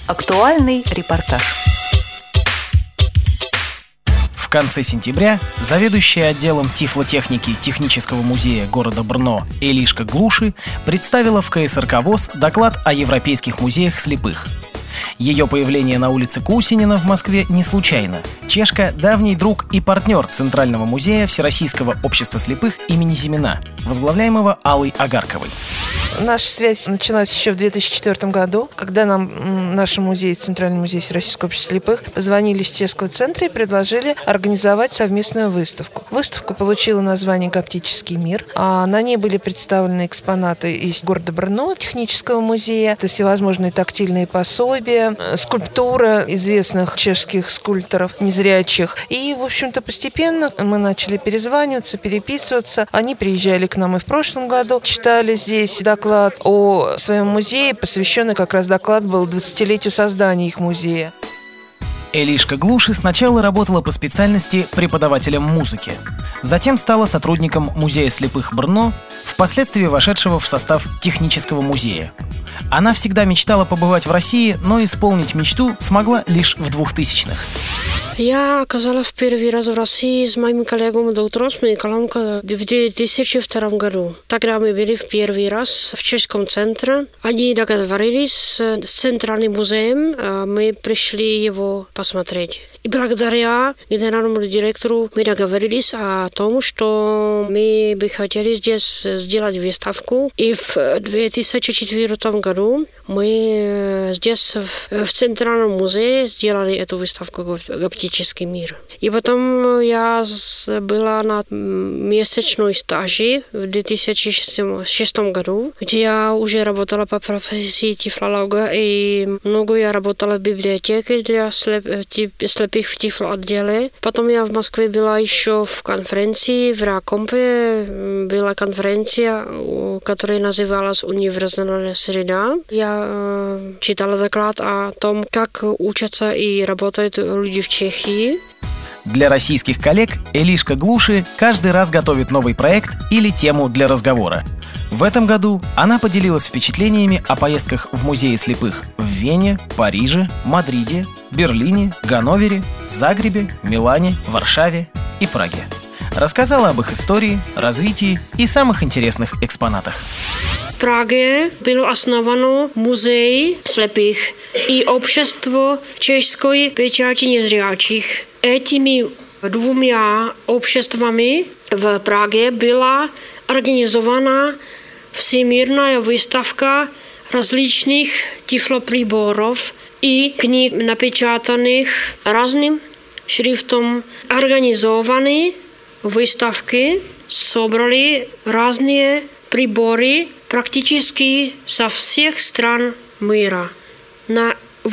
Актуальный репортаж. В конце сентября заведующая отделом тифлотехники Технического музея города Брно Элишка Глуши представила в КСРК ВОС доклад о европейских музеях слепых. Ее появление на улице Кусинина в Москве не случайно. Чешка – давний друг и партнер Центрального музея Всероссийского общества слепых имени Зимина, возглавляемого Аллой Агарковой. Наша связь началась еще в 2004 году, когда нам, нашему музею, Центральный музей Всероссийского общества слепых, позвонили из чешского центра и предложили организовать совместную выставку. Выставка получила название «Гаптический мир», а на ней были представлены экспонаты из города Брно, Технического музея, это всевозможные тактильные пособия, скульптура известных чешских скульпторов незрячих. И, в общем-то, постепенно мы начали перезваниваться, переписываться. Они приезжали к нам и в прошлом году, читали здесь доклад о своем музее, посвященный как раз доклад был 20-летию создания их музея. Элишка Глуши сначала работала по специальности преподавателем музыки. Затем стала сотрудником Музея слепых Брно, впоследствии вошедшего в состав Технического музея. Она всегда мечтала побывать в России, но исполнить мечту смогла лишь в 2000-х. Я оказалась в первый раз в России с моим коллегой доктором Смыкалом в 2002 году. Тогда мы были в первый раз в чешском центре. Они договорились с Центральным музеем, мы пришли его посмотреть. И благодаря генеральному директору мы договорились о том, что мы бы хотели здесь сделать выставку. И в 2004 году мы здесь в Центральном музее сделали эту выставку «Гаптический мир». И потом я была на месячной стаже в 2006 году, где я уже работала по профессии тифлолога, и много я работала в библиотеке для слепых в тифлоотделе. Потом я в Москве была еще в конференции, в Ракомпе была конференция, которая называлась «Универсальная среда». Я читала доклад о том, как учатся и работают люди в Чехии. Для российских коллег Элишка Глуши каждый раз готовит новый проект или тему для разговора. В этом году она поделилась впечатлениями о поездках в музеи слепых в Вене, Париже, Мадриде, Берлине, Ганновере, Загребе, Милане, Варшаве и Праге. Рассказала об их истории, развитии и самых интересных экспонатах. В Праге было основано музей слепых и общество чешской печати незрячих. Этими двумя обществами в Праге была организована всемирная выставка различных тифлоприборов и книг, напечатанных разным шрифтом. Организованные выставки собрали разные приборы практически со всех стран мира. На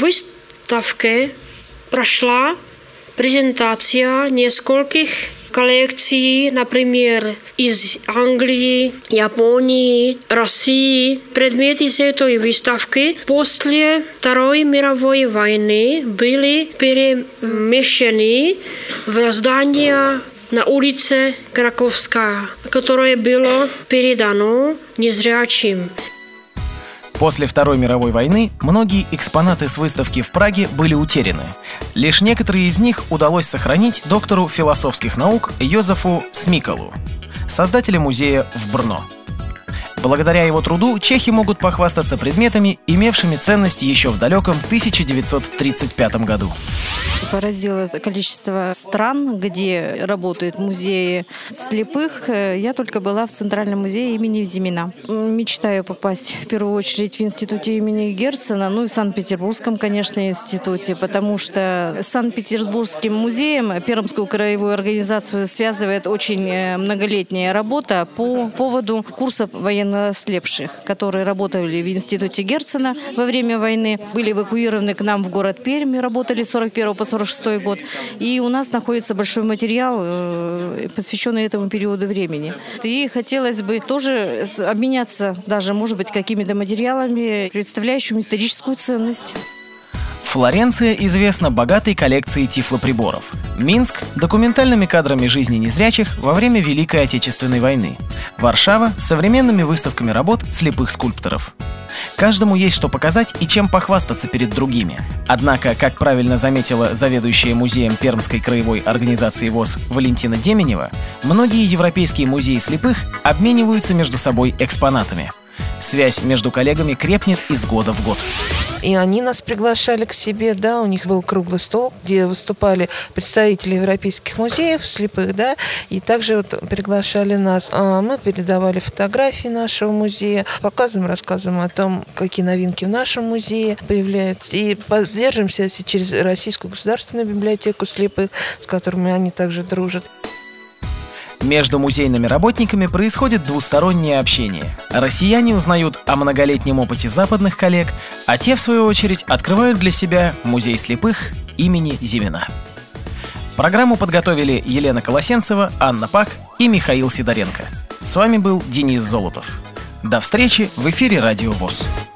выставке прошла презентация нескольких коллекций, например, из Англии, Японии, России. Предметы с этой выставки после Второй мировой войны были перемещены в здание на улице Краковская, которое было передано незрячим. После Второй мировой войны многие экспонаты с выставки в Праге были утеряны. Лишь некоторые из них удалось сохранить доктору философских наук Йозефу Смикалу, создателю музея в Брно. Благодаря его труду чехи могут похвастаться предметами, имевшими ценность еще в далеком 1935 году. Поразило количество стран, где работают музеи слепых. Я только была в Центральном музее имени Зимина. Мечтаю попасть в первую очередь в институте имени Герцена, ну и в Санкт-Петербургском, конечно, институте, потому что с Санкт-Петербургским музеем Пермскую краевую организацию связывает очень многолетняя работа по поводу курса военнослепших, которые работали в институте Герцена во время войны, были эвакуированы к нам в город Пермь, работали с 41 по 46 год. И у нас находится большой материал, посвященный этому периоду времени. И хотелось бы тоже обменяться даже, может быть, какими-то материалами, представляющими историческую ценность. Флоренция известна богатой коллекцией тифлоприборов. Минск – документальными кадрами жизни незрячих во время Великой Отечественной войны. Варшава – современными выставками работ слепых скульпторов. Каждому есть что показать и чем похвастаться перед другими. Однако, как правильно заметила заведующая музеем Пермской краевой организации ВОС Валентина Деменева, многие европейские музеи слепых обмениваются между собой экспонатами. Связь между коллегами крепнет из года в год. И они нас приглашали к себе, да, у них был круглый стол, где выступали представители европейских музеев слепых, да, и также вот приглашали нас. Мы передавали фотографии нашего музея, рассказываем о том, какие новинки в нашем музее появляются, и поддерживаем связь через Российскую государственную библиотеку слепых, с которыми они также дружат. Между музейными работниками происходит двустороннее общение. Россияне узнают о многолетнем опыте западных коллег, а те, в свою очередь, открывают для себя музей слепых имени Зимина. Программу подготовили Елена Колосенцева, Анна Пак и Михаил Сидоренко. С вами был Денис Золотов. До встречи в эфире Радио ВОС.